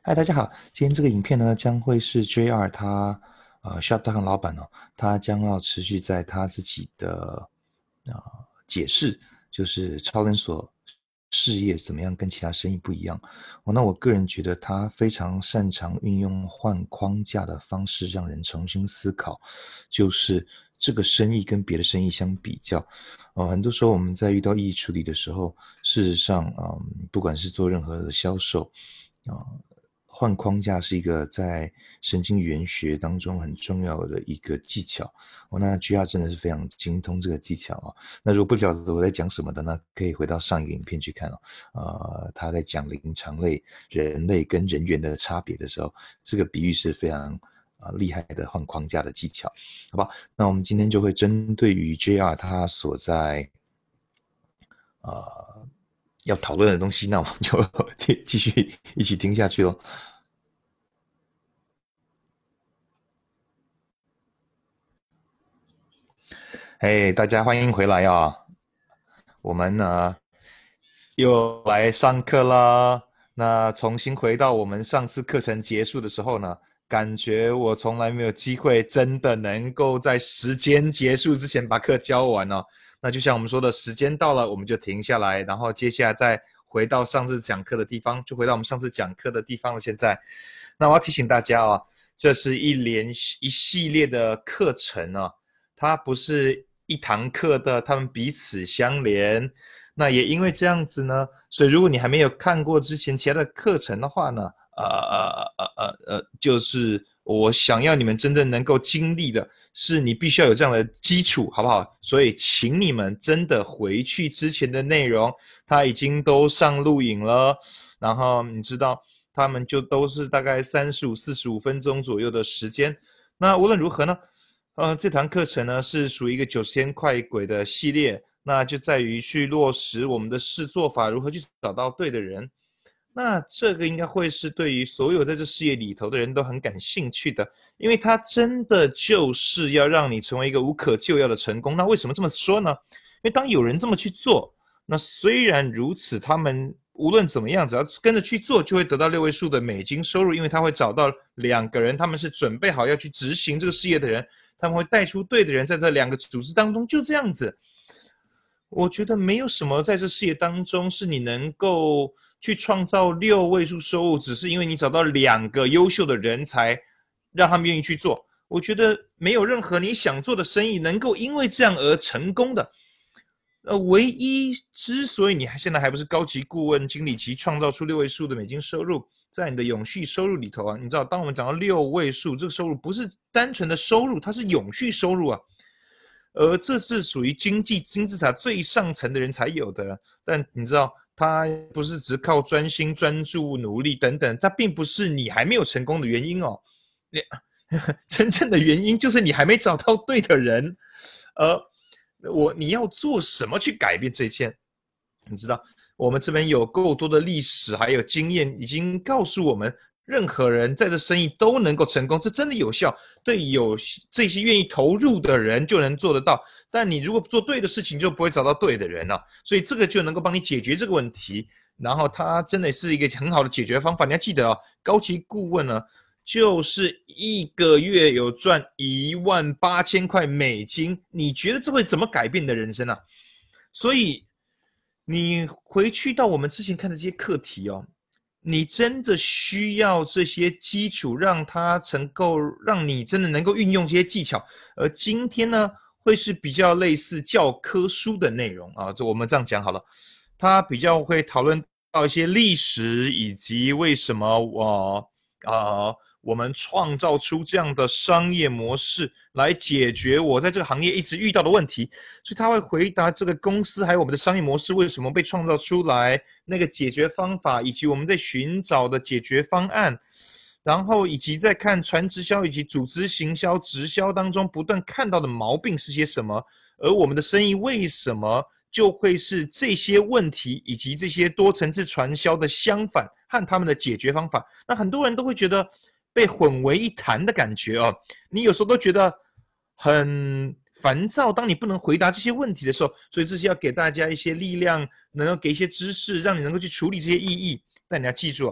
嗨，大家好，今天这个影片呢将会是 JR 他Shop.com 老板哦，他将要持续在他自己的解释，就是超人所事业怎么样跟其他生意不一样。那我个人觉得他非常擅长运用换框架的方式，让人重新思考，就是这个生意跟别的生意相比较。很多时候我们在遇到异议处理的时候，事实上，不管是做任何的销售，啊、换框架是一个在神经语言学当中很重要的一个技巧。那 GR 真的是非常精通这个技巧啊。那如果不晓得我在讲什么的呢，可以回到上一个影片去看哦。他在讲灵长类、人类跟人猿的差别的时候，这个比喻是非常厉害的换框架的技巧，好吧？那我们今天就会针对于 JR 他所在呃要讨论的东西，那我们就继续一起听下去咯。嘿，大家欢迎回来啊！我们呢又来上课啦。那重新回到我们上次课程结束的时候呢，感觉我从来没有机会真的能够在时间结束之前把课教完哦。那就像我们说的，时间到了我们就停下来，然后接下来再回到上次讲课的地方，就回到我们上次讲课的地方了。现在，那我要提醒大家哦，这是一系列的课程哦，它不是一堂课的，它们彼此相连。那也因为这样子呢，所以如果你还没有看过之前其他的课程的话呢，就是我想要你们真正能够经历的是，你必须要有这样的基础，好不好？所以请你们真的回去之前的内容，它已经都上录影了，然后你知道他们就都是大概35、45分钟左右的时间。那无论如何呢，这堂课程呢是属于一个90天快轨的系列，那就在于去落实我们的试做法，如何去找到对的人。那这个应该会是对于所有在这事业里头的人都很感兴趣的，因为它真的就是要让你成为一个无可救药的成功。那为什么这么说呢？因为当有人这么去做，那虽然如此，他们无论怎么样，只要跟着去做，就会得到6位数的美金收入，因为他会找到2个人，他们是准备好要去执行这个事业的人，他们会带出对的人，在这2个组织当中，就这样子。我觉得没有什么在这事业当中是你能够去创造6位数收入，只是因为你找到2个优秀的人才，让他们愿意去做。我觉得没有任何你想做的生意能够因为这样而成功的。唯一之所以你现在还不是高级顾问经理级创造出6位数的美金收入，在你的永续收入里头啊，你知道，当我们讲到6位数，这个收入不是单纯的收入，它是永续收入啊。而这是属于经济金字塔最上层的人才有的。但你知道，他不是只靠专心、专注、努力等等，它并不是你还没有成功的原因哦。真正的原因就是你还没找到对的人。你要做什么去改变这一切？你知道，我们这边有够多的历史还有经验，已经告诉我们，任何人在这生意都能够成功，这真的有效。对有这些愿意投入的人就能做得到，但你如果做对的事情，就不会找到对的人了。所以这个就能够帮你解决这个问题。然后它真的是一个很好的解决方法。你要记得哦，高级顾问呢，就是1个月有赚18000块美金，你觉得这会怎么改变你的人生啊？所以你回去到我们之前看的这些课题哦，你真的需要这些基础，让它能够让你真的能够运用这些技巧。而今天呢，会是比较类似教科书的内容啊，我们这样讲好了，它比较会讨论到一些历史，以及为什么我们创造出这样的商业模式来解决我在这个行业一直遇到的问题。所以他会回答这个公司还有我们的商业模式为什么被创造出来，那个解决方法，以及我们在寻找的解决方案，然后以及在看传直销以及组织行销、直销当中不断看到的毛病是些什么，而我们的生意为什么就会是这些问题以及这些多层次传销的相反和他们的解决方法。那很多人都会觉得被混为一谈的感觉哦，你有时候都觉得很烦躁，当你不能回答这些问题的时候，所以这是要给大家一些力量，能够给一些知识，让你能够去处理这些异议。但你要记住，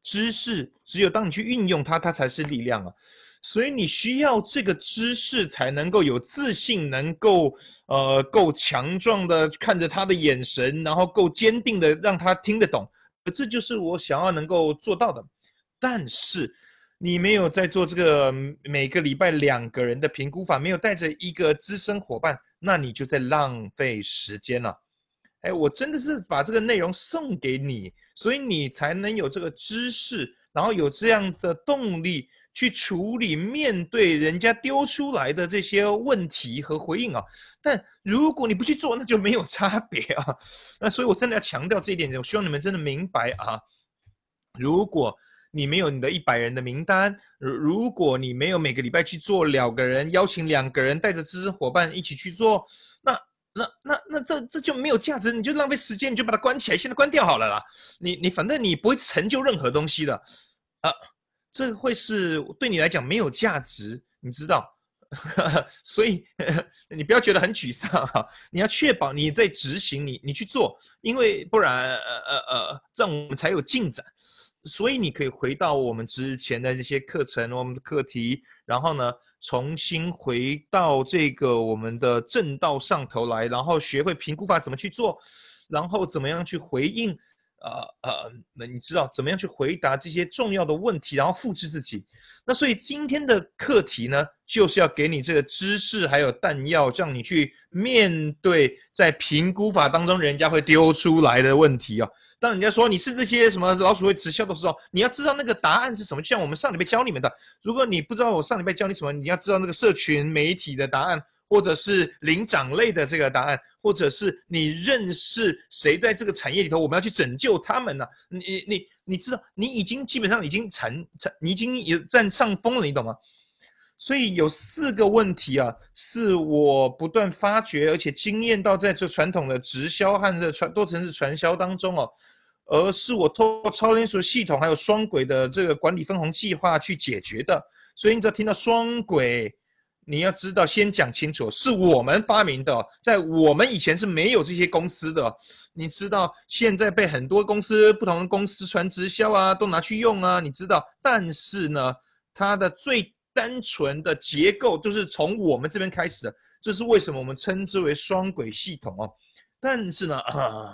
知识只有当你去运用它，它才是力量啊。所以你需要这个知识才能够有自信，能够够强壮的看着他的眼神，然后够坚定的让他听得懂。这就是我想要能够做到的。但是你没有在做这个每个礼拜2个人的评估法，没有带着一个资深伙伴，那你就在浪费时间了。我真的是把这个内容送给你，所以你才能有这个知识，然后有这样的动力去处理面对人家丢出来的这些问题和回应啊。但如果你不去做，那就没有差别啊。那所以我真的要强调这一点，我希望你们真的明白啊。如果你没有你的100人的名单，如果你没有每个礼拜去做2个人，邀请2个人带着资深伙伴一起去做，那这就没有价值，你就浪费时间，你就把它关起来，现在关掉好了啦。你反正你不会成就任何东西的，这会是对你来讲没有价值，你知道。所以你不要觉得很沮丧哈，你要确保你在执行，你去做，因为不然这样我们才有进展。所以你可以回到我们之前的这些课程，我们的课题，然后呢，重新回到这个我们的正道上头来，然后学会评估法怎么去做，然后怎么样去回应，你知道怎么样去回答这些重要的问题，然后复制自己。那所以今天的课题呢，就是要给你这个知识还有弹药，让你去面对在评估法当中人家会丢出来的问题啊。当人家说你是这些什么老鼠会直销的时候，你要知道那个答案是什么。就像我们上礼拜教你们的，如果你不知道我上礼拜教你什么，你要知道那个社群媒体的答案，或者是灵长类的这个答案，或者是你认识谁在这个产业里头，我们要去拯救他们呢？你知道，你已经基本上已经你已经有占上风了，你懂吗？所以有4个问题啊，是我不断发掘，而且经验到在这传统的直销和这多层次传销当中哦，而是我透过超连锁系统还有双轨的这个管理分红计划去解决的。所以你只要听到双轨，你要知道先讲清楚，是我们发明的，在我们以前是没有这些公司的。你知道现在被很多公司不同的公司传直销啊，都拿去用啊，你知道，但是呢，它的最单纯的结构都是从我们这边开始的，这是为什么我们称之为双轨系统哦。但是呢，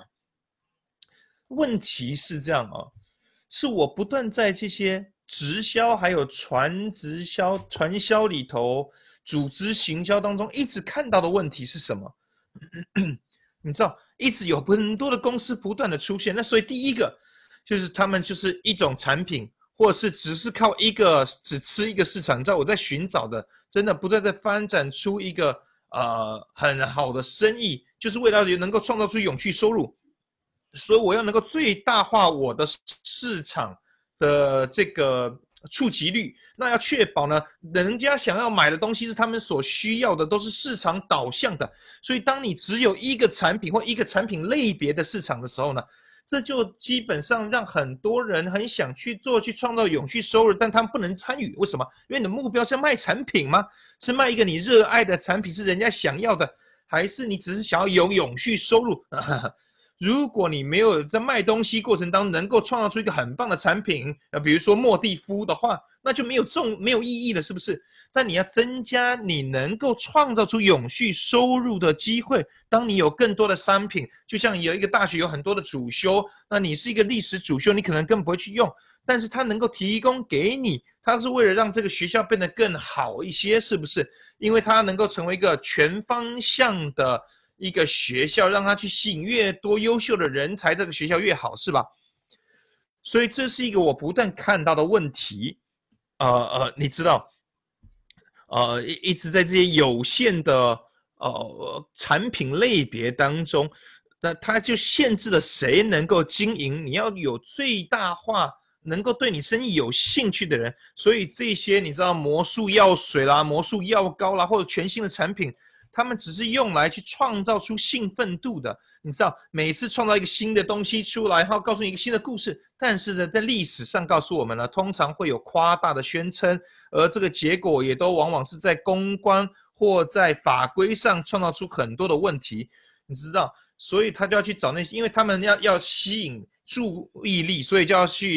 问题是这样哦，是我不断在这些直销还有传销里头，组织行销当中一直看到的问题是什么？你知道，一直有很多的公司不断的出现，那所以第一个就是他们就是一种产品，或者是只是靠只吃一个市场。你知道我在寻找的，真的不断在发展出一个很好的生意，就是为了能够创造出永续收入。所以我要能够最大化我的市场的这个触及率，那要确保呢，人家想要买的东西是他们所需要的，都是市场导向的。所以当你只有一个产品或一个产品类别的市场的时候呢，这就基本上让很多人很想去做，去创造永续收入，但他们不能参与。为什么？因为你的目标是卖产品吗？是卖一个你热爱的产品，是人家想要的，还是你只是想要有永续收入？如果你没有在卖东西过程当中能够创造出一个很棒的产品，比如说莫蒂夫的话，那就没有意义了，是不是？但你要增加你能够创造出永续收入的机会。当你有更多的商品，就像有一个大学有很多的主修，那你是一个历史主修，你可能根本不会去用，但是它能够提供给你，它是为了让这个学校变得更好一些，是不是？因为它能够成为一个全方向的一个学校，让他去吸引越多优秀的人才，这个学校越好，是吧？所以这是一个我不断看到的问题。你知道，一直在这些有限的产品类别当中，那它就限制了谁能够经营。你要有最大化能够对你生意有兴趣的人。所以这些你知道魔术药水啦、魔术药膏啦，或者全新的产品，他们只是用来去创造出兴奋度的。你知道，每次创造一个新的东西出来，然后告诉你一个新的故事，但是呢，在历史上告诉我们呢，通常会有夸大的宣称，而这个结果也都往往是在公关或在法规上创造出很多的问题。你知道，所以他就要去找那些，因为他们要吸引注意力，所以就要去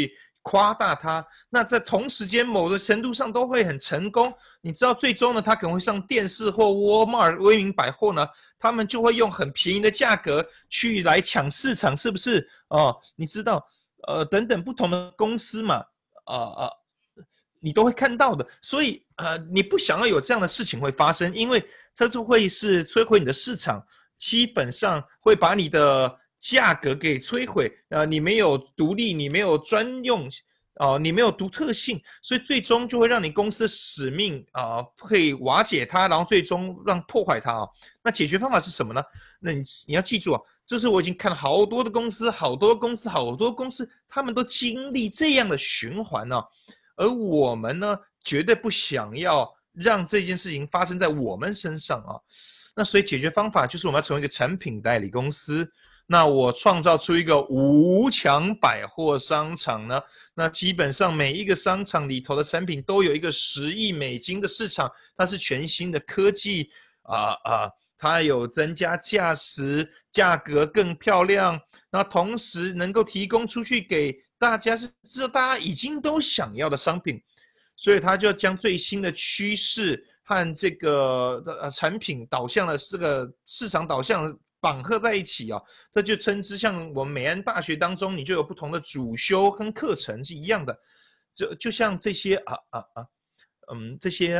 夸大它，那在同时间某个程度上都会很成功。你知道最终呢，它可能会上电视或 Walmart 威名百货呢，他们就会用很便宜的价格去来抢市场，是不是？你知道，等等不同的公司嘛，你都会看到的。所以你不想要有这样的事情会发生，因为它就会是摧毁你的市场，基本上会把你的价格给摧毁。你没有独立，你没有专用。你没有独特性，所以最终就会让你公司的使命会瓦解它，然后最终让破坏它。那解决方法是什么呢？那你要记住这是我已经看了好多的公司，好多公司，他们都经历这样的循环而我们呢，绝对不想要让这件事情发生在我们身上那所以解决方法就是我们要成为一个产品代理公司。那我创造出一个无墙百货商场呢，那基本上每一个商场里头的产品都有一个10亿美金的市场，它是全新的科技它有增加价值，价格更漂亮，那同时能够提供出去给大家是知道大家已经都想要的商品，所以它就将最新的趋势和这个产品导向的这个市场导向绑合在一起这就称之像我们美安大学当中，你就有不同的主修跟课程是一样的，就像这些这些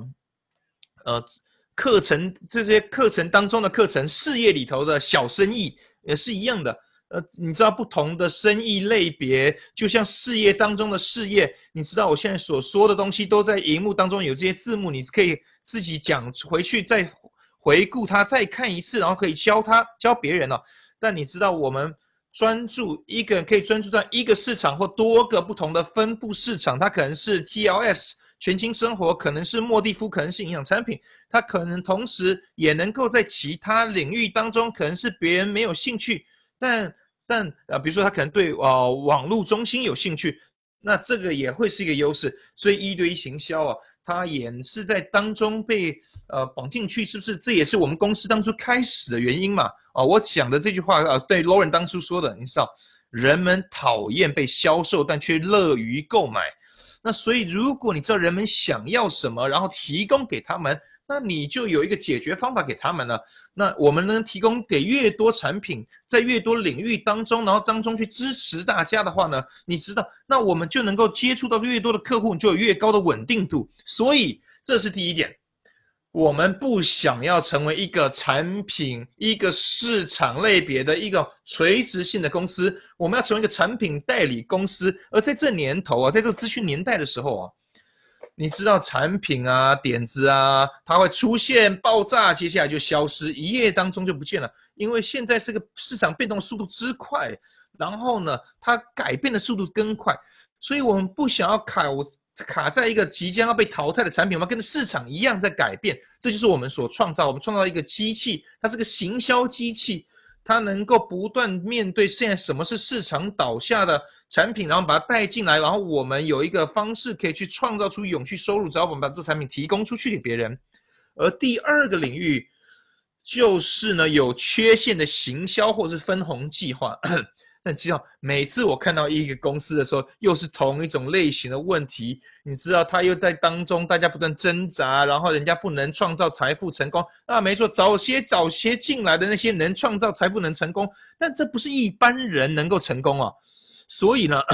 课程，这些课程当中的课程，事业里头的小生意也是一样的。你知道不同的生意类别，就像事业当中的事业，你知道我现在所说的东西都在荧幕当中有这些字幕，你可以自己讲回去再回顾它，再看一次，然后可以教别人但你知道我们一个人可以专注在一个市场或多个不同的分布市场，它可能是 TLS 全轻生活，可能是莫蒂夫，可能是营养产品，它可能同时也能够在其他领域当中，可能是别人没有兴趣，但比如说他可能对网络中心有兴趣，那这个也会是一个优势。所以一对一行销它也是在当中被绑进去，是不是？这也是我们公司当初开始的原因嘛。我讲的这句话对 Lauren 当初说的，你知道，人们讨厌被销售，但却乐于购买。那所以如果你知道人们想要什么，然后提供给他们，那你就有一个解决方法给他们了。那我们能提供给越多产品，在越多领域当中，然后当中去支持大家的话呢，你知道，那我们就能够接触到越多的客户，就有越高的稳定度。所以这是第一点，我们不想要成为一个产品、一个市场类别的一个垂直性的公司，我们要成为一个产品代理公司。而在这年头在这个资讯年代的时候你知道产品点子它会出现爆炸，接下来就消失，一夜当中就不见了。因为现在是个市场变动速度之快，然后呢，它改变的速度更快，所以我们不想要卡在一个即将要被淘汰的产品，我们跟着市场一样在改变。这就是我们所创造，我们创造一个机器，它是个行销机器。它能够不断面对现在什么是市场倒下的产品，然后把它带进来，然后我们有一个方式可以去创造出永续收入，只要我们把这产品提供出去给别人。而第二个领域就是呢，有缺陷的行销或是分红计划。那知道每次我看到一个公司的时候，又是同一种类型的问题，你知道他又在当中大家不断挣扎，然后人家不能创造财富成功没错，早些进来的那些能创造财富能成功，但这不是一般人能够成功所以呢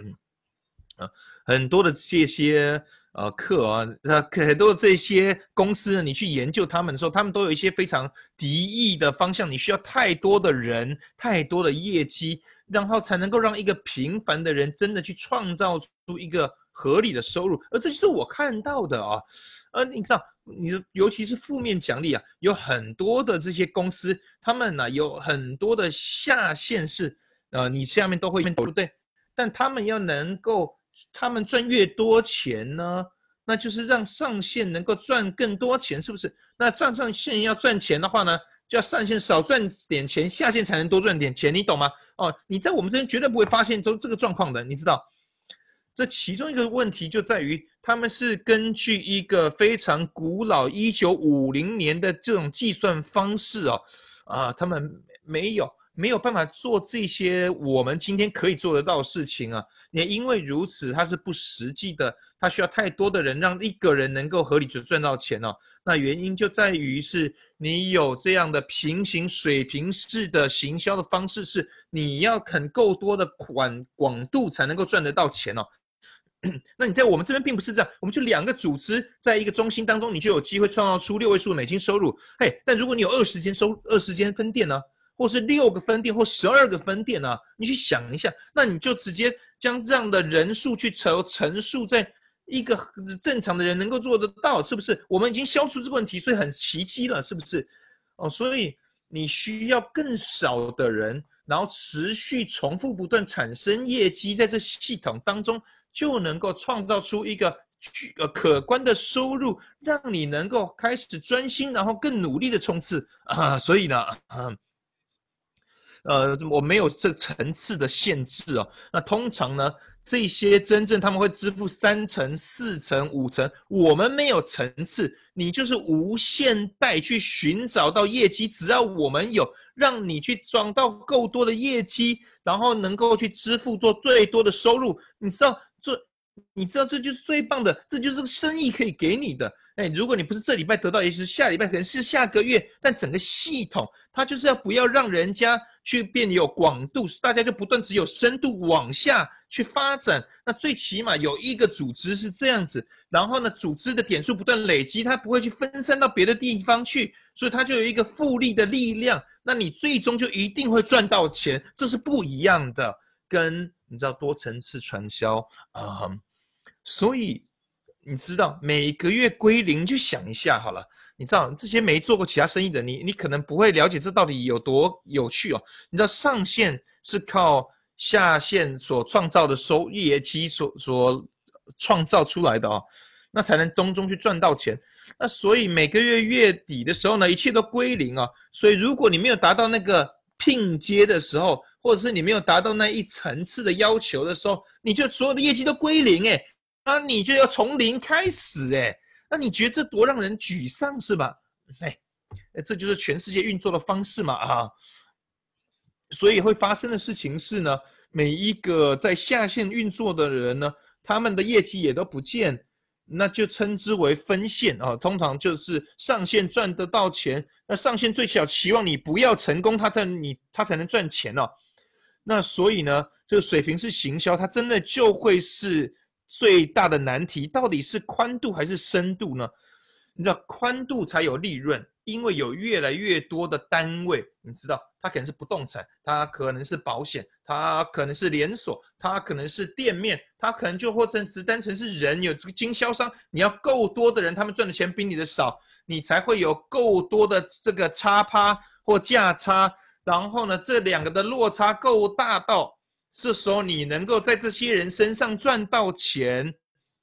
很多的这些很多的这些公司呢，你去研究他们的时候，他们都有一些非常敌意的方向，你需要太多的人，太多的业绩，然后才能够让一个平凡的人真的去创造出一个合理的收入。而这就是我看到的你知道，尤其是负面奖励有很多的这些公司，他们有很多的下线是你下面都会对不对？但他们要能够他们赚越多钱呢，那就是让上线能够赚更多钱，是不是？那上线要赚钱的话呢，就要上线少赚点钱，下线才能多赚点钱，你懂吗？你在我们这边绝对不会发现这个状况的，你知道。这其中一个问题就在于，他们是根据一个非常古老1950年的这种计算方式他们没有。 没有办法做这些我们今天可以做得到的事情啊。也因为如此，它是不实际的，它需要太多的人让一个人能够合理的赚到钱哦。那原因就在于是你有这样的平行水平式的行销的方式，是你要很够多的广度才能够赚得到钱哦。那你在我们这边并不是这样，我们就2个组织在一个中心当中，你就有机会创造出6位数的美金收入。嘿，但如果你有20间分店呢，或是6个分店或12个分店呢，你去想一下，那你就直接将这样的人数去陈述在一个正常的人能够做得到，是不是？我们已经消除这个问题，所以很奇迹了，是不是？哦，所以你需要更少的人，然后持续重复不断产生业绩，在这系统当中就能够创造出一个可观的收入，让你能够开始专心，然后更努力的冲刺啊。所以呢，我没有这层次的限制哦。那通常呢，这些真正他们会支付3成、4成、5成，我们没有层次，你就是无限带去寻找到业绩，只要我们有让你去赚到够多的业绩，然后能够去支付做最多的收入，你知道这就是最棒的，这就是生意可以给你的。如果你不是这礼拜得到，也许是下礼拜，可能是下个月，但整个系统它就是不要让人家去变有广度，大家就不断只有深度往下去发展。那最起码有一个组织是这样子，然后呢，组织的点数不断累积，它不会去分散到别的地方去，所以它就有一个复利的力量。那你最终就一定会赚到钱，这是不一样的，跟你知道多层次传销所以你知道每个月归零，就想一下好了。你知道这些没做过其他生意的你可能不会了解这到底有多有趣哦。你知道上线是靠下线所创造的业绩所创造出来的哦，那才能中去赚到钱。那所以每个月月底的时候呢，一切都归零哦。所以如果你没有达到那个聘接的时候，或者是你没有达到那一层次的要求的时候，你就所有的业绩都归零那你就要从零开始那你觉得这多让人沮丧是吧？这就是全世界运作的方式嘛所以会发生的事情是呢，每一个在下线运作的人呢，他们的业绩也都不见，那就称之为分线通常就是上线赚得到钱，那上线最少期望你不要成功，他才能赚钱那所以呢，这个水平式行销，它真的就会是最大的难题，到底是宽度还是深度呢？你知道宽度才有利润，因为有越来越多的单位，你知道它可能是不动产，它可能是保险，它可能是连锁，它可能是店面，它可能就或者只单纯是人，有这个经销商，你要够多的人，他们赚的钱比你的少，你才会有够多的这个差趴或价差，然后呢，这2个的落差够大到这时候你能够在这些人身上赚到钱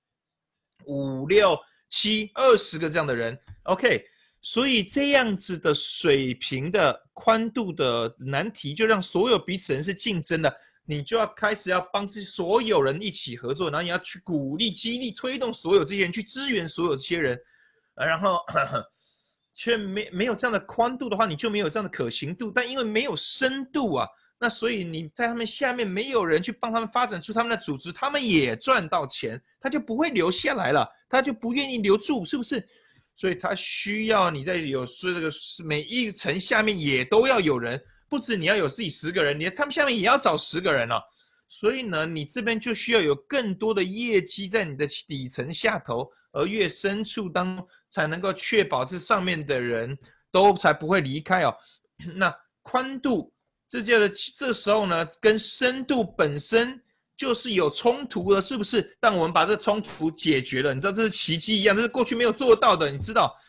，5、6、7、20个这样的人 ，OK， 所以这样子的水平的宽度的难题，就让所有彼此人是竞争的，你就要开始要帮所有人一起合作，然后你要去鼓励、激励、推动所有这些人去支援所有这些人，然后却没有这样的宽度的话，你就没有这样的可行度，但因为没有深度那所以你在他们下面没有人去帮他们发展出他们的组织，他们也赚到钱，他就不会留下来了，他就不愿意留住，是不是？所以他需要你在有这个每一层下面也都要有人，不止你要有自己10个人，他们下面也要找10个人所以呢，你这边就需要有更多的业绩在你的底层下头，而越深处当中才能够确保这上面的人都才不会离开那宽度这时候呢，跟深度本身就是有冲突了，是不是？但我们把这个冲突解决了，你知道这是奇迹一样，这是过去没有做到的，你知道？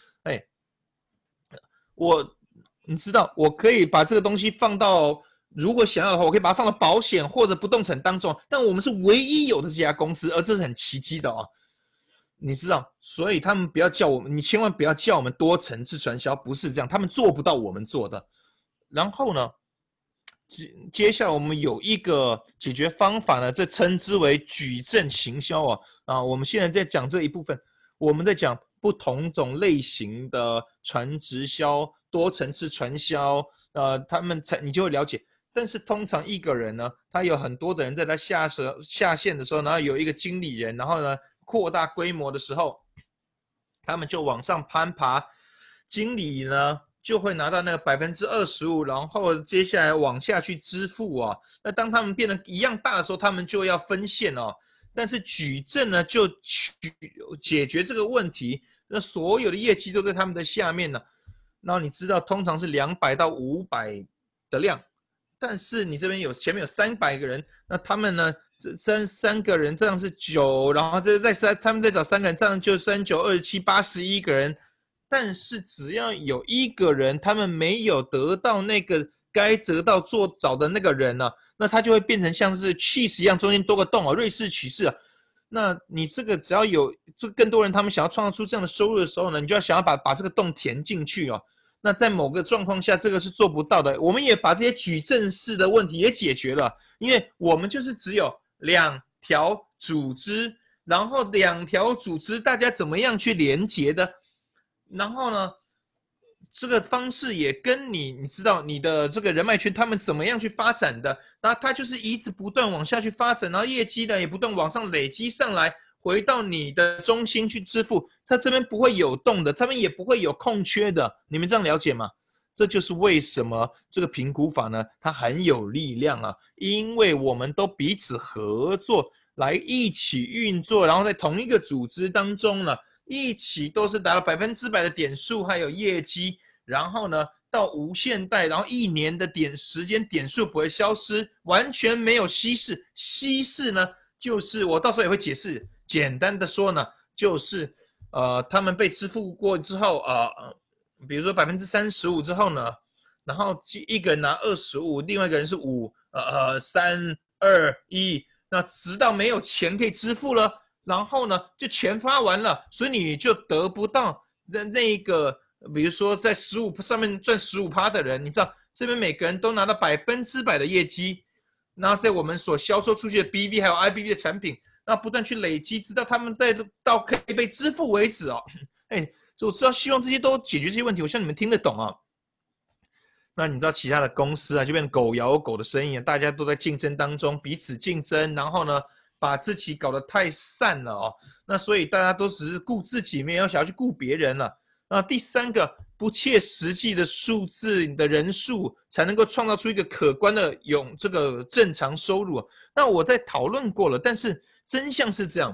你知道我可以把这个东西放到，如果想要的话，我可以把它放到保险或者不动产当中，但我们是唯一有的这家公司，而这是很奇迹的你知道，所以他们不要叫我们，你千万不要叫我们多层次传销，不是这样，他们做不到我们做的。然后呢，接下来我们有一个解决方法呢，这称之为矩阵行销我们现在在讲这一部分，我们在讲不同种类型的传直销、多层次传销，你就会了解， 但是通常一个人呢，他有很多的人在他下线的时候，然后有一个经理人，然后呢扩大规模的时候，他们就往上攀爬，经理呢就会拿到那个25%，然后接下来往下去支付啊。那当他们变得一样大的时候，他们就要分线哦。但是矩阵呢就解决这个问题，那所有的业绩都在他们的下面呢。然后你知道，通常是200到500的量，但是你这边前面有300个人，那他们呢，这三个人这样是9，然后他们再找3个人，这样就39、27、81个人。但是只要有一个人他们没有得到那个该得到找的那个人呢，那他就会变成像是 cheese 一样，中间多个洞啊，瑞士骑士啊。那你这个只要有更多人他们想要创造出这样的收入的时候呢，你就要想要把这个洞填进去哦。那在某个状况下，这个是做不到的。我们也把这些矩阵式的问题也解决了，因为我们就是只有2条组织，然后2条组织大家怎么样去连结的，然后呢，这个方式也跟你知道你的这个人脉圈他们怎么样去发展的，然后它就是一直不断往下去发展，然后业绩呢也不断往上累积上来，回到你的中心去支付，它这边不会有洞的，这边也不会有空缺的，你们这样了解吗？这就是为什么这个评估法呢，它很有力量啊，因为我们都彼此合作来一起运作，然后在同一个组织当中呢，一起都是达到100%的点数还有业绩，然后呢到无限代，然后1年的时间点数不会消失，完全没有稀释。稀释呢，就是我到时候也会解释，简单的说呢，就是他们被支付过之后比如说35%之后呢，然后一个人拿25%，另外一个人是5、3、2、1，那直到没有钱可以支付了，然后呢就全发完了，所以你就得不到那个，比如说在15%上面赚15%的人，你知道这边每个人都拿到100%的业绩，然后在我们所销售出去的 BV 还有 IBV 的产品，那不断去累积，直到他们到可以被支付为止哦。我知道，希望这些都解决这些问题，我希望你们听得懂啊。那你知道其他的公司啊，就变成狗咬狗的生意啊，大家都在竞争当中，彼此竞争，然后呢，把自己搞得太散了哦。那所以大家都只是顾自己，没有想要去顾别人了。那第3个，不切实际的数字的人数，才能够创造出一个可观的这个正常收入。那我在讨论过了，但是真相是这样，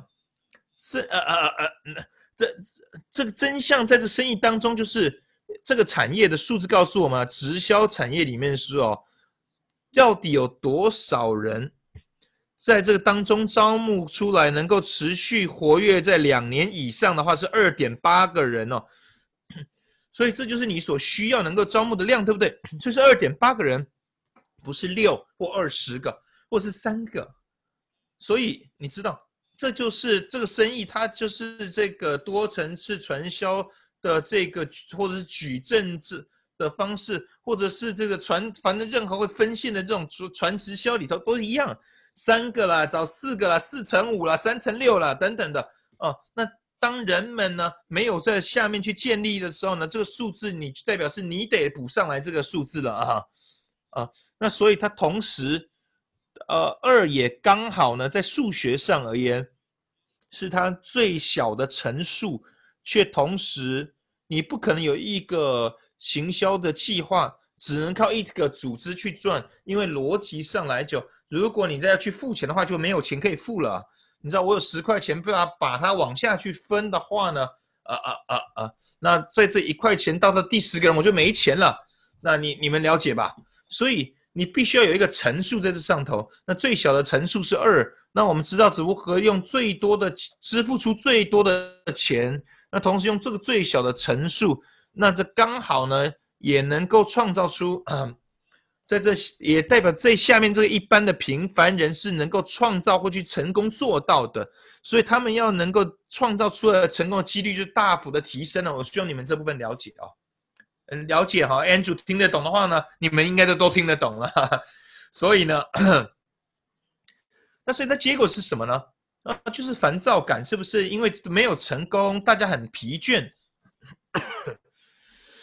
这个真相在这生意当中，就是这个产业的数字告诉我们，直销产业里面说到底有多少人在这个当中招募出来，能够持续活跃在2年以上的话是 2.8 个人哦。所以这就是你所需要能够招募的量，对不对？就是 2.8 个人，不是6或20个，或是3个。所以你知道，这就是这个生意，它就是这个多层次传销的这个，或者是矩阵制的方式，或者是这个反正任何会分线的这种传直销里头都一样，3个啦，找4个啦，4乘5啦，3乘6啦，等等的哦。那当人们呢没有在下面去建立的时候呢，这个数字你代表是你得补上来这个数字了那所以它同时。2也刚好呢，在数学上而言，是它最小的乘数，却同时你不可能有一个行销的计划，只能靠一个组织去赚，因为逻辑上来讲，如果你再要去付钱的话，就没有钱可以付了。你知道我有10块钱，把它往下去分的话呢，那在这1块钱到第10个人，我就没钱了。那你们了解吧？所以。你必须要有一个乘数在这上头，那最小的乘数是2，那我们知道如何用最多的支付出最多的钱，那同时用这个最小的乘数，那这刚好呢也能够创造出在这也代表这下面这个一般的平凡人是能够创造或去成功做到的，所以他们要能够创造出来的成功的几率就大幅的提升了。我希望你们这部分了解哦。了解哈 ，Andrew 听得懂的话呢，你们应该都听得懂了。所以呢，那所以那结果是什么呢？就是烦躁感，是不是？因为没有成功，大家很疲倦。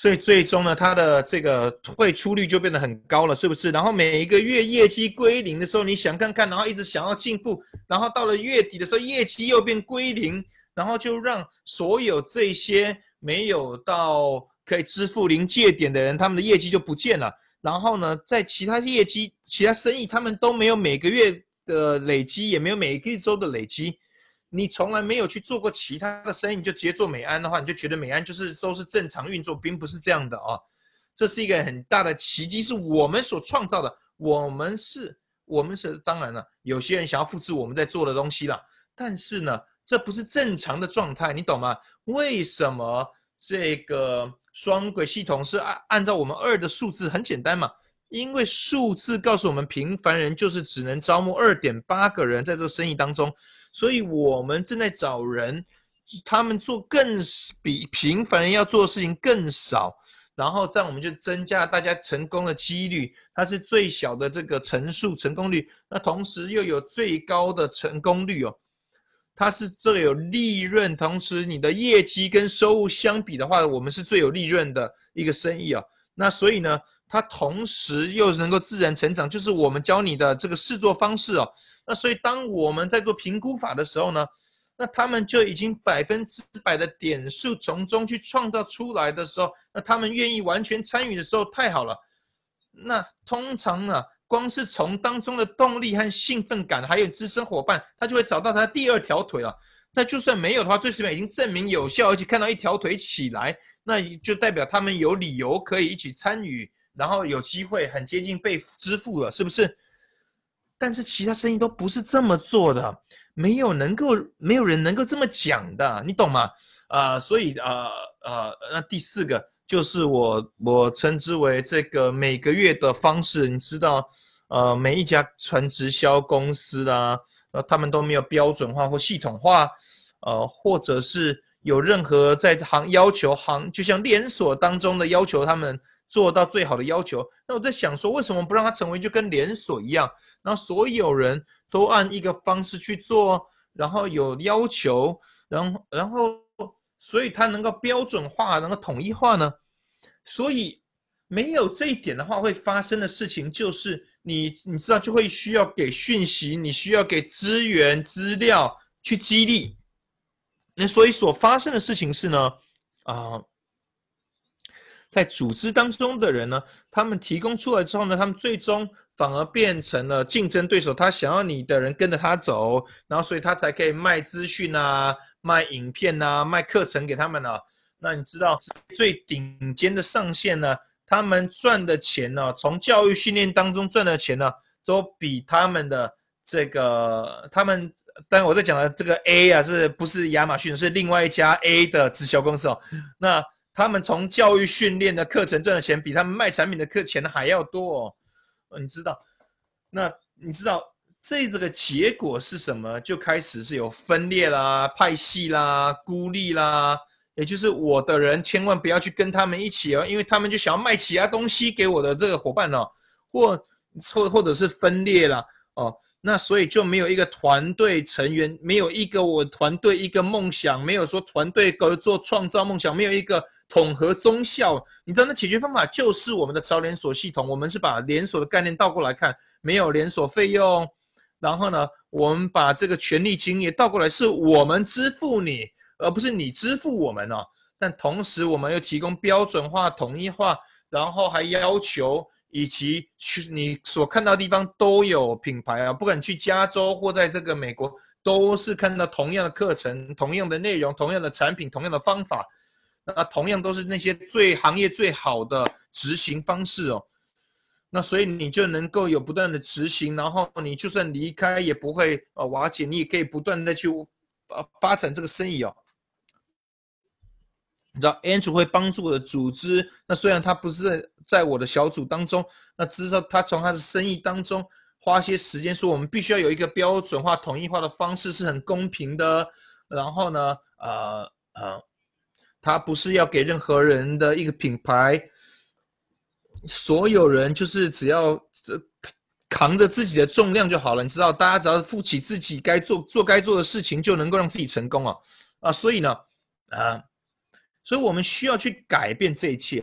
所以最终呢，它的这个退出率就变得很高了，是不是？然后每一个月业绩归零的时候，你想看看，然后一直想要进步，然后到了月底的时候，业绩又变归零，然后就让所有这些没有到可以支付临界点的人，他们的业绩就不见了。然后呢，在其他业绩、其他生意，他们都没有每个月的累积，也没有每一周的累积。你从来没有去做过其他的生意，你就直接做美安的话，你就觉得美安就是都是正常运作，并不是这样的啊。这是一个很大的奇迹，是我们所创造的。我们是当然了，有些人想要复制我们在做的东西啦，但是呢，这不是正常的状态，你懂吗？为什么这个双轨系统是按照我们2的数字？很简单嘛，因为数字告诉我们，平凡人就是只能招募2.8个人在这个生意当中。所以我们正在找人，他们做比平凡人要做的事情更少，然后这样我们就增加大家成功的几率，它是最小的这个成功率，那同时又有最高的成功率哦，它是最有利润，同时你的业绩跟收入相比的话，我们是最有利润的一个生意哦。那所以呢，它同时又能够自然成长，就是我们教你的这个试做方式哦。那所以当我们在做评估法的时候呢，那他们就已经100%的点数从中去创造出来的时候，那他们愿意完全参与的时候，太好了。那通常呢，光是从当中的动力和兴奋感，还有资深伙伴，他就会找到他第2条腿了。那就算没有的话，最起码已经证明有效，而且看到1条腿起来，那就代表他们有理由可以一起参与，然后有机会很接近被支付了，是不是？但是其他生意都不是这么做的，没有人能够这么讲的，你懂吗？所以那第4个就是我称之为这个每个月的方式，你知道，每一家传直销公司啊，他们都没有标准化或系统化，或者是有任何在要求就像连锁当中的要求他们做到最好的要求。那我在想说，为什么不让它成为就跟连锁一样？然后所有人都按一个方式去做，然后有要求，然后所以它能够标准化，能够统一化呢？所以没有这一点的话，会发生的事情就是你知道就会需要给讯息，你需要给资源资料去激励。那所以所发生的事情是呢，在组织当中的人呢，他们提供出来之后呢，他们最终反而变成了竞争对手，他想要你的人跟着他走，然后所以他才可以卖资讯啊、卖影片啊、卖课程给他们啊。那你知道最顶尖的上线呢，他们赚的钱呢，从教育训练当中赚的钱呢，都比他们的这个当然我在讲的这个 A 啊，这不是亚马逊，是另外一家 A 的直销公司哦。那他们从教育训练的课程赚的钱，比他们卖产品的钱还要多哦。你知道，那你知道这个结果是什么？就开始是有分裂啦、派系啦、孤立啦，也就是我的人千万不要去跟他们一起哦，因为他们就想要卖其他东西给我的这个伙伴哦，或者是分裂啦哦。那所以就没有一个团队成员，没有一个我团队一个梦想，没有说团队合作创造梦想，没有一个统合综效。你知道那解决方法就是我们的超连锁系统，我们是把连锁的概念倒过来看，没有连锁费用，然后呢，我们把这个权利金也倒过来，是我们支付你，而不是你支付我们哦。但同时我们又提供标准化、统一化，然后还要求以及你所看到的地方都有品牌啊，不管去加州或在这个美国，都是看到同样的课程、同样的内容、同样的产品、同样的方法，那同样都是那些行业最好的执行方式哦。那所以你就能够有不断的执行，然后你就算离开也不会瓦解，你也可以不断的去发展这个生意哦。你知道 Andrew 会帮助我的组织，那虽然他不是在我的小组当中，那至少他从他的生意当中花些时间说，我们必须要有一个标准化、统一化的方式，是很公平的。然后呢，他不是要给任何人的一个品牌，所有人就是只要扛着自己的重量就好了。你知道，大家只要负起自己该做的事情，就能够让自己成功哦。所以呢， 所以我们需要去改变这一切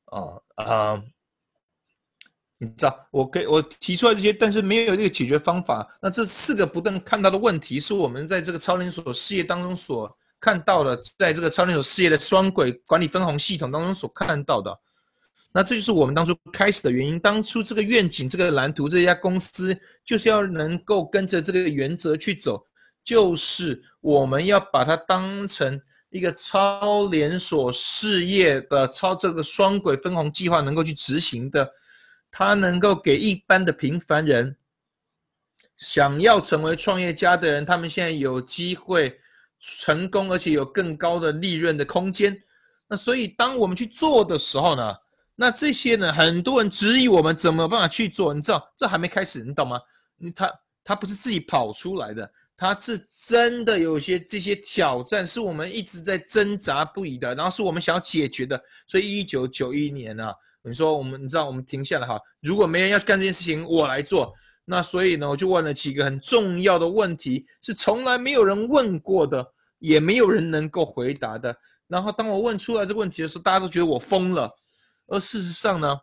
你知道，我提出来这些，但是没有这个解决方法。那这4个不断看到的问题，是我们在这个超连锁事业当中所看到的，在这个超连锁事业的双轨管理分红系统当中所看到的。那这就是我们当初开始的原因。当初这个愿景、这个蓝图，这家公司就是要能够跟着这个原则去走，就是我们要把它当成一个超连锁事业的这个双轨分红计划能够去执行的。它能够给一般的平凡人，想要成为创业家的人，他们现在有机会成功，而且有更高的利润的空间。那所以当我们去做的时候呢，那这些呢，很多人质疑我们怎么有办法去做，你知道这还没开始，你懂吗？他不是自己跑出来的，他是真的有些这些挑战是我们一直在挣扎不已的，然后是我们想要解决的。所以1991年啊，你说你知道我们停下来哈，如果没人要干这件事情，我来做。那所以呢，我就问了几个很重要的问题，是从来没有人问过的，也没有人能够回答的。然后当我问出来这个问题的时候，大家都觉得我疯了。而事实上呢，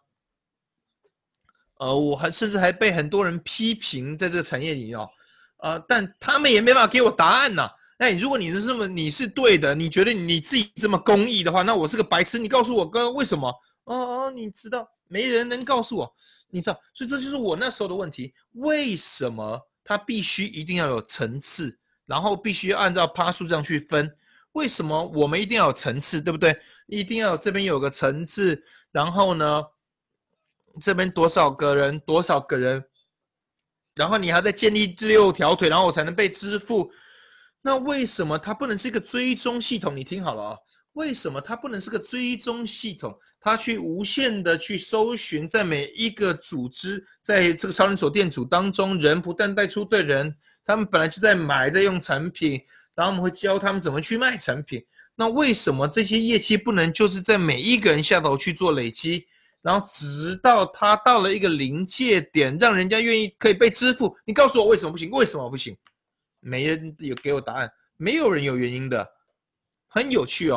我甚至还被很多人批评在这个产业里但他们也没办法给我答案呐。那如果你是对的，你觉得你自己这么公义的话，那我是个白痴，你告诉我哥为什么？你知道，没人能告诉我，你知道，所以这就是我那时候的问题，为什么它必须一定要有层次，然后必须按照趴数这样去分？为什么我们一定要有层次，对不对？一定要这边有个层次，然后呢，这边多少个人，然后你还在建立6条腿，然后我才能被支付。那为什么它不能是一个追踪系统？你听好了为什么它不能是个追踪系统？它去无限的去搜寻，在每一个组织，在这个超连锁店主当中，人不但带出对人，他们本来就在买，在用产品，然后我们会教他们怎么去卖产品。那为什么这些业绩不能就是在每一个人下头去做累积，然后直到他到了一个临界点，让人家愿意可以被支付？你告诉我为什么不行？为什么不行？没人有给我答案，没有人有原因的，很有趣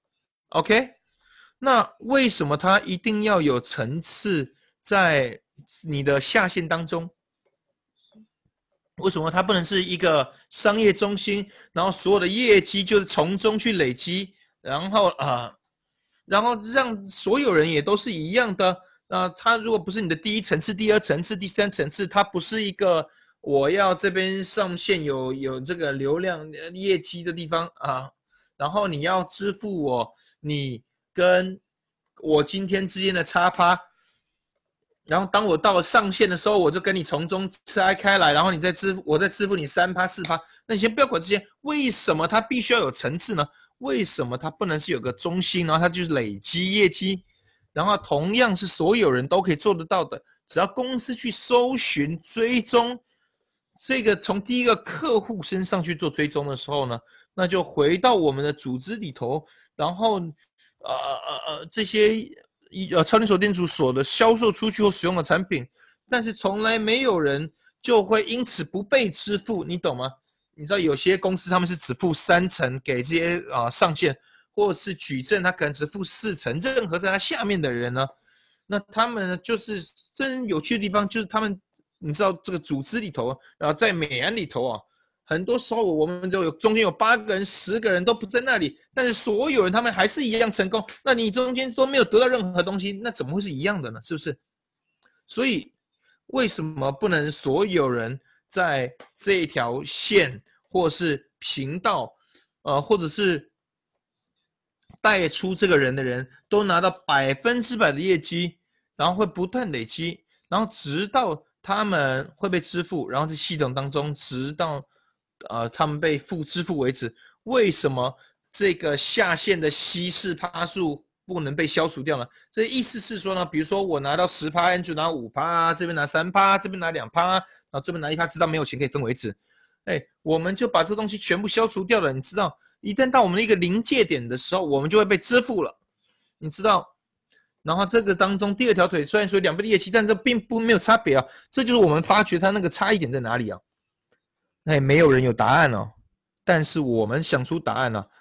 OK， 那为什么它一定要有层次在你的下线当中？为什么它不能是一个商业中心，然后所有的业绩就是从中去累积，然后让所有人也都是一样的？它如果不是你的第一层次、第二层次、第三层次，它不是一个我要这边上线有这个流量业绩的地方然后你要支付我你跟我今天之间的差趴，然后当我到了上线的时候，我就跟你从中拆开来，然后我再支付你3%、4%。那你先不要管这些，为什么它必须要有层次呢？为什么它不能是有个中心，然后它就是累积业绩，然后同样是所有人都可以做得到的，只要公司去搜寻追踪，这个从第一个客户身上去做追踪的时候呢，那就回到我们的组织里头，然后这些超连锁店主所的销售出去或使用的产品，但是从来没有人就会因此不被支付，你懂吗？你知道有些公司他们是只付3成给这些上线，或者是矩阵他可能只付4成，任何在他下面的人呢，那他们呢就是真有趣的地方就是他们，你知道这个组织里头，然后在美安里头很多时候我们都有中间有8个人、10个人都不在那里，但是所有人他们还是一样成功。那你中间都没有得到任何东西，那怎么会是一样的呢？是不是？所以为什么不能所有人在这一条线或是频道，或者是带出这个人的人都拿到100%的业绩，然后会不断累积，然后直到他们会被支付，然后在系统当中直到他们被支付为止？为什么这个下线的稀释趴数不能被消除掉呢？这意思是说呢，比如说我拿到10%， Andrew 拿5%，这边拿3%，这边拿2%，然后这边拿1%，直到没有钱可以分为止。我们就把这东西全部消除掉了。你知道，一旦到我们的一个临界点的时候，我们就会被支付了。你知道，然后这个当中第2条腿虽然说2倍的业绩，但这并没有差别这就是我们发觉它那个差异点在哪里没有人有答案但是我们想出答案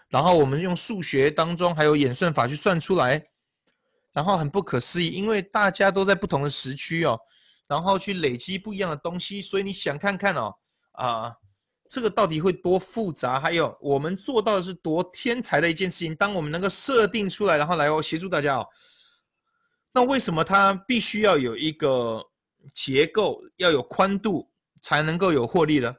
然后我们用数学当中还有演算法去算出来，然后很不可思议，因为大家都在不同的时区哦，然后去累积不一样的东西，所以你想看看哦，这个到底会多复杂？还有我们做到的是多天才的一件事情。当我们能够设定出来，然后来协助大家哦，那为什么它必须要有一个结构，要有宽度，才能够有获利呢？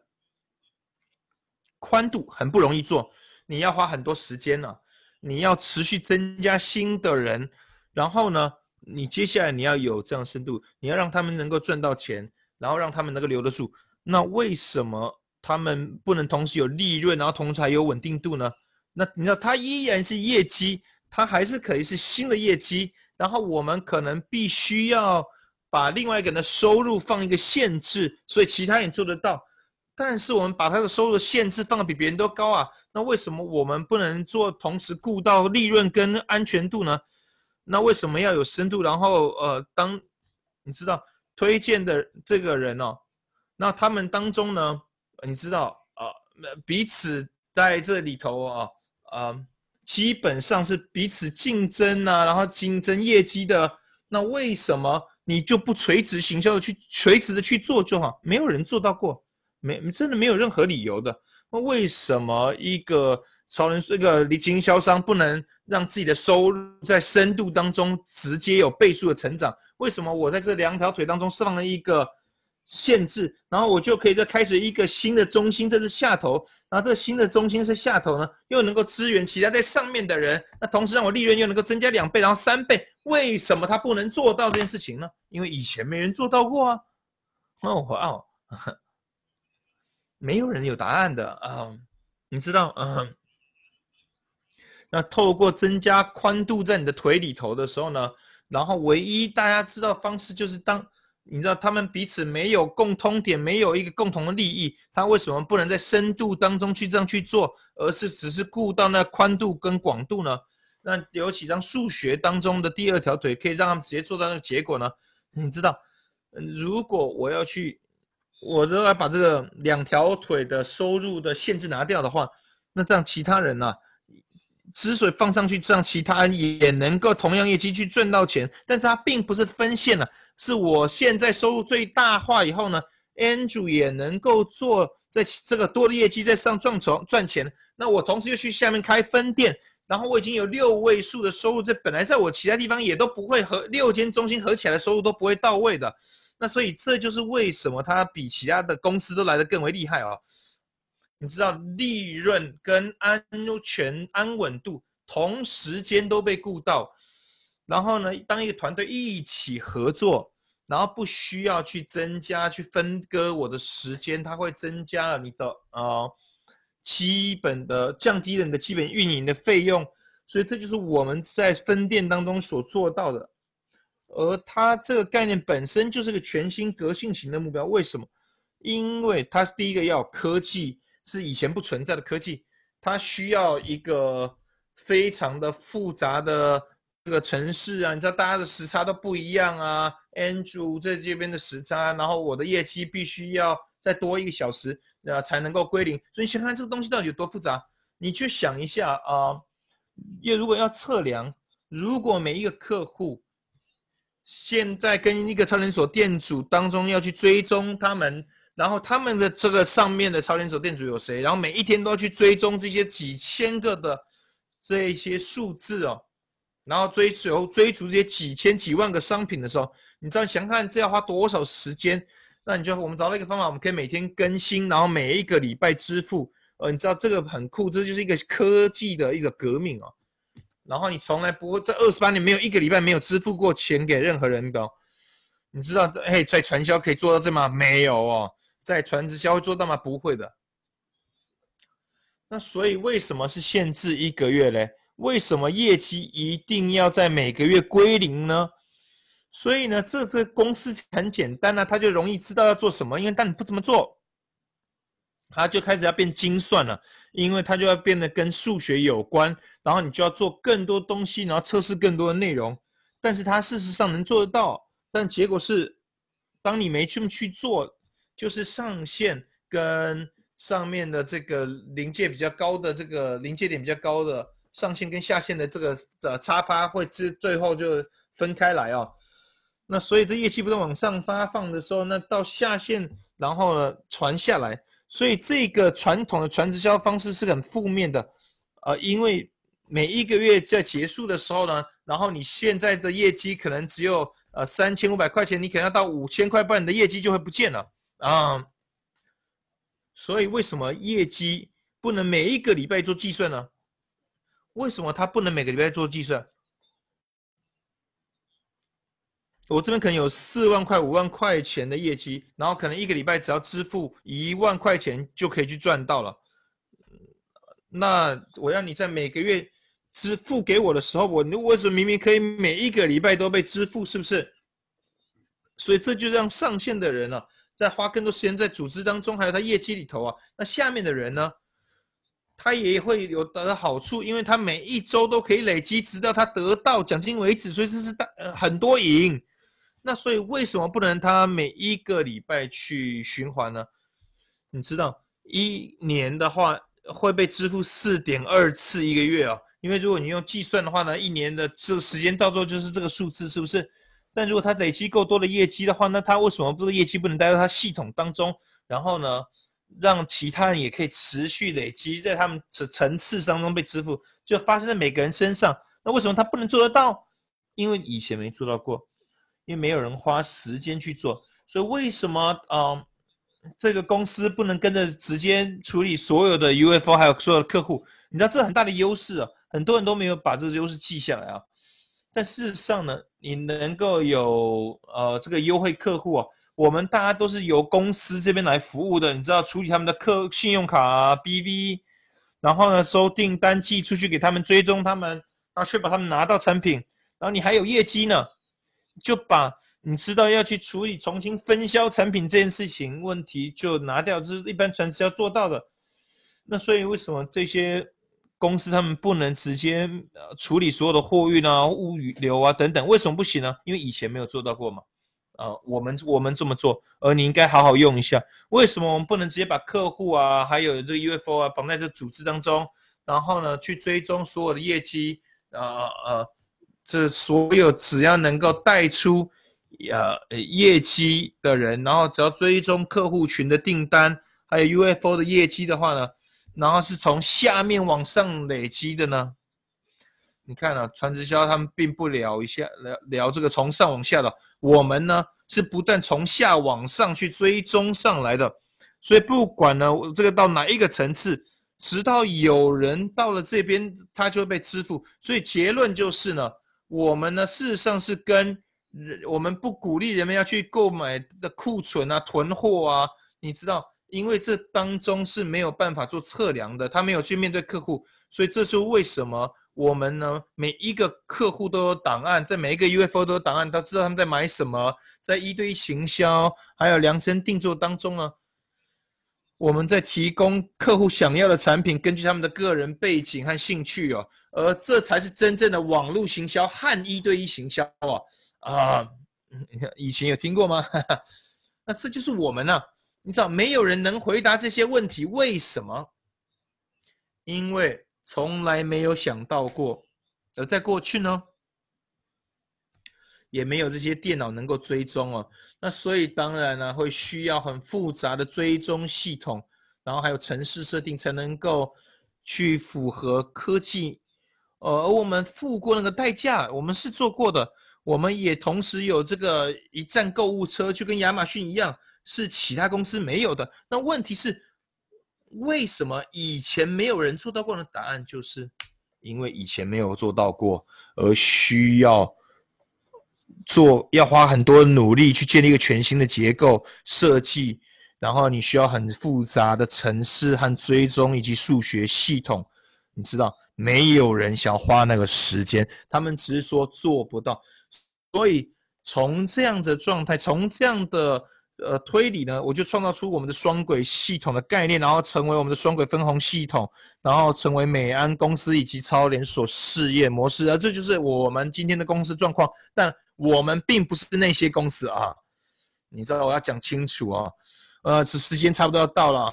宽度很不容易做，你要花很多时间呢、你要持续增加新的人，然后呢，你接下来你要有这样深度，你要让他们能够赚到钱，然后让他们能够留得住。那为什么他们不能同时有利润，然后同时还有稳定度呢？那你知道，它依然是业绩，它还是可以是新的业绩，然后我们可能必须要把另外一个人的收入放一个限制，所以其他人做得到。但是我们把他的收入限制放得比别人都高啊，那为什么我们不能做同时顾到利润跟安全度呢？那为什么要有深度？然后当你知道推荐的这个人哦，那他们当中呢，你知道彼此在这里头啊基本上是彼此竞争啊，然后竞争业绩的。那为什么你就不垂直行销的去垂直的去做就好？没有人做到过。真的没有任何理由的。那为什么一个经销商不能让自己的收入在深度当中直接有倍数的成长？为什么我在这两条腿当中放了一个限制，然后我就可以再开始一个新的中心，这是下头，然后这个新的中心是下头呢，又能够支援其他在上面的人，那同时让我利润又能够增加2倍，然后3倍，为什么他不能做到这件事情呢？因为以前没人做到过啊。哇，没有人有答案的你知道那透过增加宽度在你的腿里头的时候呢，然后唯一大家知道的方式就是你知道他们彼此没有共通点，没有一个共同的利益，他为什么不能在深度当中去这样去做，而是只是顾到那宽度跟广度呢？那尤其让数学当中的第二条腿可以让他们直接做到那个结果呢？你知道，如果我都要把这个2条腿的收入的限制拿掉的话，那这样其他人啊，之所以放上去，这样其他人也能够同样业绩去赚到钱，但是它并不是分线了，是我现在收入最大化以后呢 ，Andrew 也能够做在这个多的业绩在上赚钱，那我同时又去下面开分店，然后我已经有6位数的收入，这本来在我其他地方也都不会6间中心合起来的收入都不会到位的。那所以这就是为什么它比其他的公司都来得更为厉害哦。你知道利润跟安全安稳度同时间都被顾到，然后呢，当一个团队一起合作，然后不需要去增加去分割我的时间，它会增加了你的基本的降低了你的基本运营的费用，所以这就是我们在分店当中所做到的。而它这个概念本身就是个全新革新型的目标，为什么？因为它第一个要有科技，是以前不存在的科技，它需要一个非常的复杂的这个程式啊，你知道大家的时差都不一样啊 ，Andrew 在这边的时差，然后我的业绩必须要再多1个小时，才能够归零，所以你想看这个东西到底有多复杂，你去想一下如果要测量，如果每一个客户现在跟一个超连锁店主当中要去追踪他们，然后他们的这个上面的超连锁店主有谁，然后每一天都要去追踪这些几千个的这些数字哦，然后追逐这些几千几万个商品的时候，你知道想看这要花多少时间？那我们找到一个方法，我们可以每天更新，然后每一个礼拜支付。你知道这个很酷，这就是一个科技的一个革命哦。然后你从来不会这28年没有1个礼拜没有支付过钱给任何人的哦。你知道在传销可以做到这吗？没有哦。在传直销会做到吗？不会的。那所以为什么是限制1个月嘞？为什么业绩一定要在每个月归零呢？所以呢，这个公司很简单啊，他就容易知道要做什么，因为当你不这么做，它就开始要变精算了，因为它就要变得跟数学有关，然后你就要做更多东西，然后测试更多的内容。但是它事实上能做得到，但结果是，当你没去做，就是上线跟上面的这个临界比较高的这个临界点比较高的上限跟下限的这个差趴会最后就分开来哦。那所以这业绩不断往上发放的时候，那到下限，然后呢传下来，所以这个传统的传直销方式是很负面的，因为每一个月在结束的时候呢，然后你现在的业绩可能只有3500块钱，你可能要到5000块，不然你的业绩就会不见了啊。所以为什么业绩不能每一个礼拜做计算呢？为什么它不能每个礼拜做计算？我这边可能有4万块、5万块钱的业绩，然后可能一个礼拜只要支付1万块钱就可以去赚到了。那我要你在每个月支付给我的时候，我为什么明明可以每一个礼拜都被支付？是不是？所以这就让上线的人呢，在花更多时间在组织当中，还有他业绩里头啊。那下面的人呢，他也会有得到好处，因为他每一周都可以累积，直到他得到奖金为止。所以这是很多赢。那所以为什么不能他每一个礼拜去循环呢？你知道1年的话会被支付4.2次一个月哦，因为如果你用计算的话呢，1年的这个时间到最后就是这个数字，是不是？但如果他累积够多的业绩的话，那他为什么不是业绩不能带到他系统当中，然后呢，让其他人也可以持续累积在他们的层次当中被支付，就发生在每个人身上？那为什么他不能做得到？因为以前没做到过。因为没有人花时间去做，所以为什么这个公司不能跟着直接处理所有的 UFO 还有所有的客户？你知道这很大的优势啊，很多人都没有把这个优势记下来啊。但事实上呢，你能够有这个优惠客户啊，我们大家都是由公司这边来服务的，你知道处理他们的信用卡啊 BV， 然后呢收订单寄出去给他们，追踪他们，然后确保他们拿到产品，然后你还有业绩呢。就把你知道要去处理重新分销产品这件事情问题就拿掉，这是一般传直销做到的。那所以为什么这些公司他们不能直接处理所有的货运啊、物流啊等等？为什么不行呢？因为以前没有做到过嘛。我们这么做，而你应该好好用一下。为什么我们不能直接把客户啊，还有这个 UFO 啊绑在这组织当中，然后呢去追踪所有的业绩这所有只要能够带出业绩的人，然后只要追踪客户群的订单，还有 UFO 的业绩的话呢，然后是从下面往上累积的呢？你看啊，传直销他们并不聊这个从上往下的，我们呢是不断从下往上去追踪上来的，所以不管呢这个到哪一个层次，直到有人到了这边，他就会被支付。所以结论就是呢。我们呢，事实上是跟我们不鼓励人们要去购买的库存啊、囤货啊，你知道，因为这当中是没有办法做测量的，他没有去面对客户，所以这是为什么我们呢，每一个客户都有档案，在每一个 UFO 都有档案，都知道他们在买什么，在1对1行销还有量身定做当中呢。我们在提供客户想要的产品，根据他们的个人背景和兴趣哦，而这才是真正的网络行销和1对1行销哦。以前有听过吗？那这就是我们啊，你知道没有人能回答这些问题，为什么？因为从来没有想到过，而在过去呢，也没有这些电脑能够追踪哦。那所以当然呢，会需要很复杂的追踪系统，然后还有程式设定才能够去符合科技。而我们付过那个代价，我们是做过的。我们也同时有这个一站购物车，就跟亚马逊一样，是其他公司没有的。那问题是，为什么以前没有人做到过呢？答案就是因为以前没有做到过，而需要要花很多努力去建立一个全新的结构设计，然后你需要很复杂的程式和追踪以及数学系统，你知道，没有人想花那个时间，他们只是说做不到。所以从这样的状态，从这样的推理呢，我就创造出我们的双轨系统的概念，然后成为我们的双轨分红系统，然后成为美安公司以及超连锁事业模式，而这就是我们今天的公司状况。但我们并不是那些公司啊，你知道我要讲清楚啊。时间差不多要到了，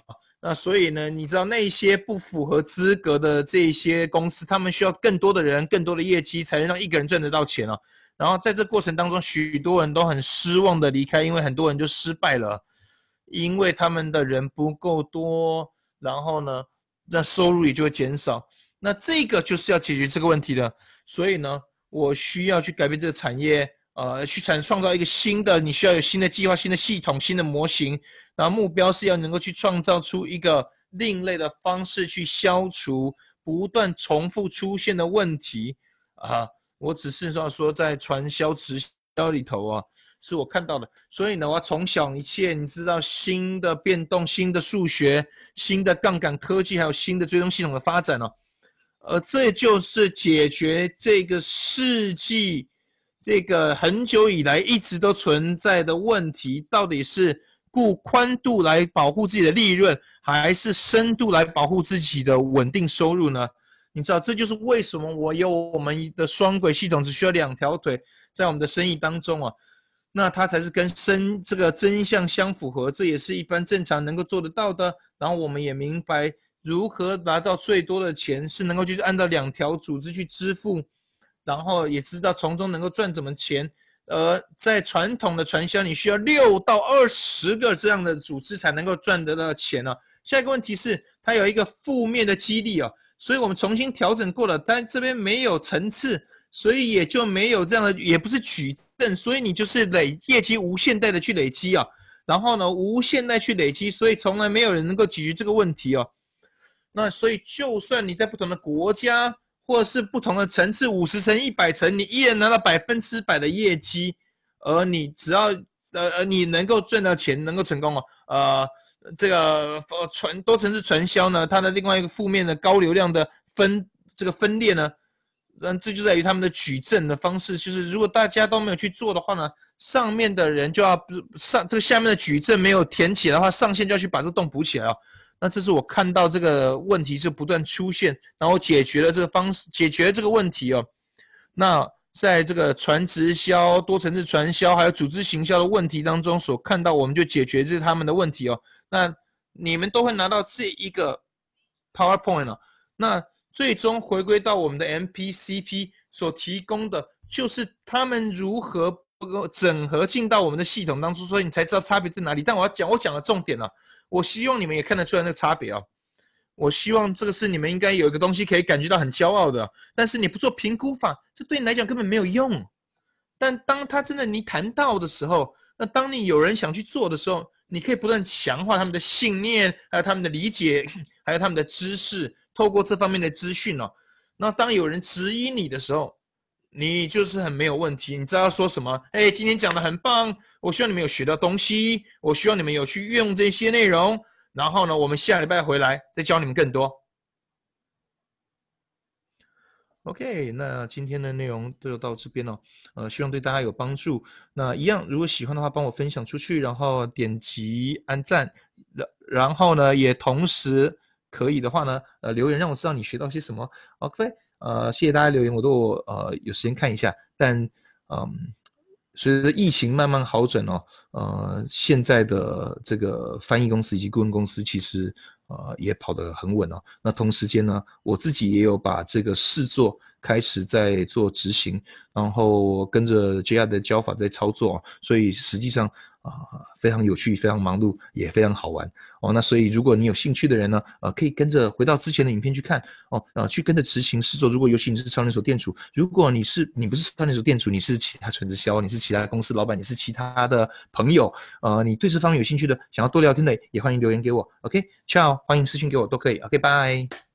那所以呢，你知道那些不符合资格的这些公司，他们需要更多的人、更多的业绩，才能让一个人赚得到钱哦。然后在这过程当中，许多人都很失望的离开，因为很多人就失败了，因为他们的人不够多，然后呢，那收入也就会减少。那这个就是要解决这个问题的。所以呢，我需要去改变这个产业，去创造一个新的，你需要有新的计划、新的系统、新的模型。然后目标是要能够去创造出一个另类的方式，去消除不断重复出现的问题啊。我只是说在传销直销里头啊，是我看到的。所以呢，我要从小一切，你知道新的变动、新的数学、新的杠杆科技，还有新的追踪系统的发展哦。这就是解决这个世纪这个很久以来一直都存在的问题，到底是顾宽度来保护自己的利润，还是深度来保护自己的稳定收入呢？你知道，这就是为什么我们的双轨系统只需要2条腿，在我们的生意当中啊，那它才是跟这个真相相符合，这也是一般正常能够做得到的。然后我们也明白如何拿到最多的钱，是能够去按照2条组织去支付，然后也知道从中能够赚什么钱。在传统的传销，你需要6到20个这样的组织才能够赚得到钱哦。下一个问题是，它有一个负面的激励哦，所以我们重新调整过了，但这边没有层次，所以也就没有这样的，也不是矩阵，所以你就是业绩无限代的去累积啊，然后呢，无限代去累积，所以从来没有人能够解决这个问题哦。那所以，就算你在不同的国家，或者是不同的层次，50层、100层，你依然拿到100%的业绩，而你只要你能够赚到钱，能够成功哦。这个多层次传销呢，它的另外一个负面的高流量的分裂呢，这就在于他们的矩阵的方式，就是如果大家都没有去做的话呢，上面的人就要这个下面的矩阵没有填起来的话，上线就要去把这个洞补起来哦。那这是我看到这个问题就不断出现，然后解决了这个方式，解决了这个问题哦。那在这个传直销、多层次传销还有组织行销的问题当中所看到，我们就解决这他们的问题哦。那你们都会拿到这一个 PowerPoint 哦。那最终回归到我们的 MPCP 所提供的，就是他们如何整合进到我们的系统当中，所以你才知道差别在哪里。但我讲的重点了。我希望你们也看得出来那个差别哦。我希望这个是你们应该有一个东西可以感觉到很骄傲的，但是你不做评估法，这对你来讲根本没有用。但当他真的你谈到的时候，那当你有人想去做的时候，你可以不断强化他们的信念，还有他们的理解，还有他们的知识，透过这方面的资讯哦。那当有人质疑你的时候，你就是很没有问题，你知道说什么？今天讲的很棒，我希望你们有学到东西，我希望你们有去运用这些内容，然后呢，我们下礼拜回来再教你们更多。OK， 那今天的内容就到这边了，希望对大家有帮助。那一样，如果喜欢的话，帮我分享出去，然后点击按赞，然后呢，也同时可以的话呢，留言让我知道你学到些什么。OK。谢谢大家留言，我都有时间看一下。但随着疫情慢慢好转哦，现在的这个翻译公司以及顾问公司其实也跑得很稳哦。那同时间呢，我自己也有把这个试做开始在做执行，然后跟着 JR 的教法在操作哦，所以实际上非常有趣，非常忙碌，也非常好玩哦。那所以如果你有兴趣的人呢，可以跟着回到之前的影片去看哦，去跟着执行试做。如果尤其你是超连锁店主，如果你不是超连锁店主，你是其他传直销，你是其他公司老板，你是其他的朋友，你对这方面有兴趣的，想要多聊天的，也欢迎留言给我。OK， ciao， 欢迎私讯给我都可以。OK， 拜。